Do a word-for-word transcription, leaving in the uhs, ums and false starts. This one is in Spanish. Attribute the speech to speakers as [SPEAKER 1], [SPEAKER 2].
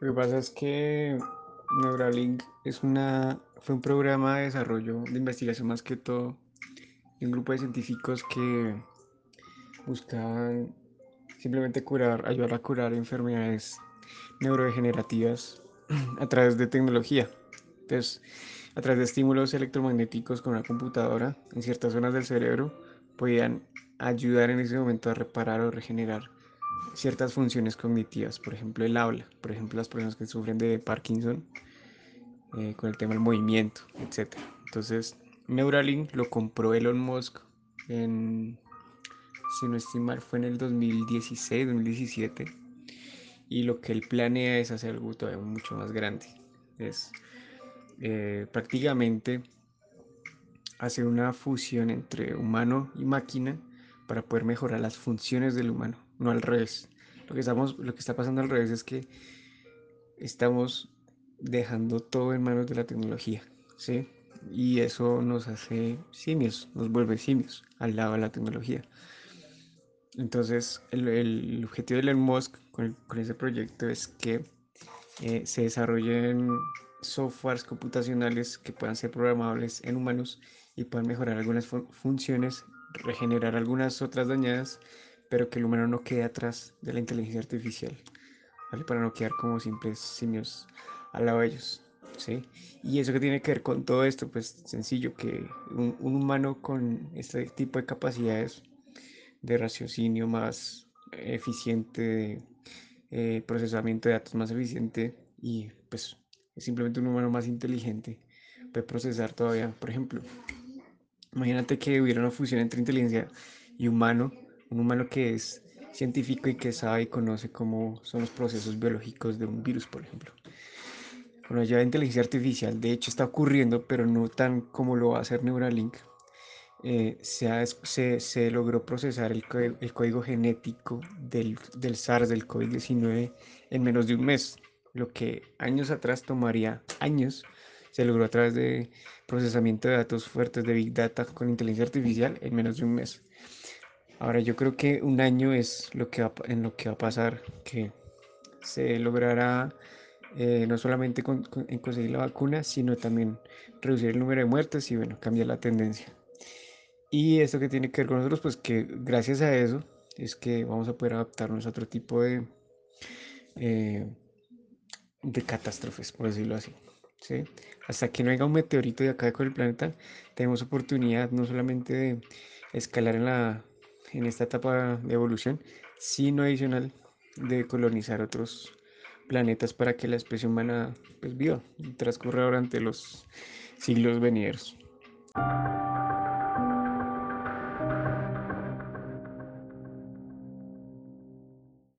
[SPEAKER 1] Lo que pasa es que Neuralink es una, fue un programa de desarrollo de investigación más que todo de un grupo de científicos que buscaban simplemente curar, ayudar a curar enfermedades neurodegenerativas a través de tecnología. Entonces, a través de estímulos electromagnéticos con una computadora en ciertas zonas del cerebro, podían ayudar en ese momento a reparar o regenerar ciertas funciones cognitivas, por ejemplo el habla, por ejemplo las personas que sufren de Parkinson, eh, con el tema del movimiento, etcétera. Entonces, Neuralink lo compró Elon Musk en, si no estoy mal, fue en el dos mil dieciséis, dos mil diecisiete, y lo que él planea es hacer algo todavía mucho más grande. Es eh, prácticamente hacer una fusión entre humano y máquina para poder mejorar las funciones del humano, no al revés. Lo que, estamos, lo que está pasando al revés es que estamos dejando todo en manos de la tecnología, ¿sí? Y eso nos hace simios, nos vuelve simios al lado de la tecnología. Entonces, el, el objetivo de Elon Musk con, el- con ese proyecto es que eh, se desarrollen softwares computacionales que puedan ser programables en humanos y puedan mejorar algunas fu- funciones, regenerar algunas otras dañadas, pero que el humano no quede atrás de la inteligencia artificial, ¿vale? Para no quedar como simples simios al lado de ellos, ¿sí? Y eso que tiene que ver con todo esto, pues sencillo, que un, un humano con este tipo de capacidades de raciocinio más eficiente, de eh, procesamiento de datos más eficiente y pues es simplemente un humano más inteligente, puede procesar todavía, por ejemplo, imagínate que hubiera una fusión entre inteligencia y humano, un humano que es científico y que sabe y conoce cómo son los procesos biológicos de un virus, por ejemplo. Con la ayuda de inteligencia artificial, de hecho está ocurriendo, pero no tan como lo va a hacer Neuralink. Eh, se, ha se, se logró procesar el, co el código genético del, del SARS, del COVID diecinueve, en menos de un mes. Lo que años atrás tomaría años, se logró a través de procesamiento de datos fuertes de Big Data con inteligencia artificial en menos de un mes. Ahora yo creo que un año es lo que va, en lo que va a pasar, que se logrará eh, no solamente con, con, en conseguir la vacuna, sino también reducir el número de muertes y bueno, cambiar la tendencia. Y esto que tiene que ver con nosotros, pues que gracias a eso es que vamos a poder adaptarnos a otro tipo de, eh, de catástrofes, por decirlo así. ¿Sí? Hasta que no haya un meteorito de acá con el planeta, tenemos oportunidad no solamente de escalar en, la, en esta etapa de evolución, sino adicional de colonizar otros planetas para que la especie humana pues, viva y transcurra durante los siglos venideros.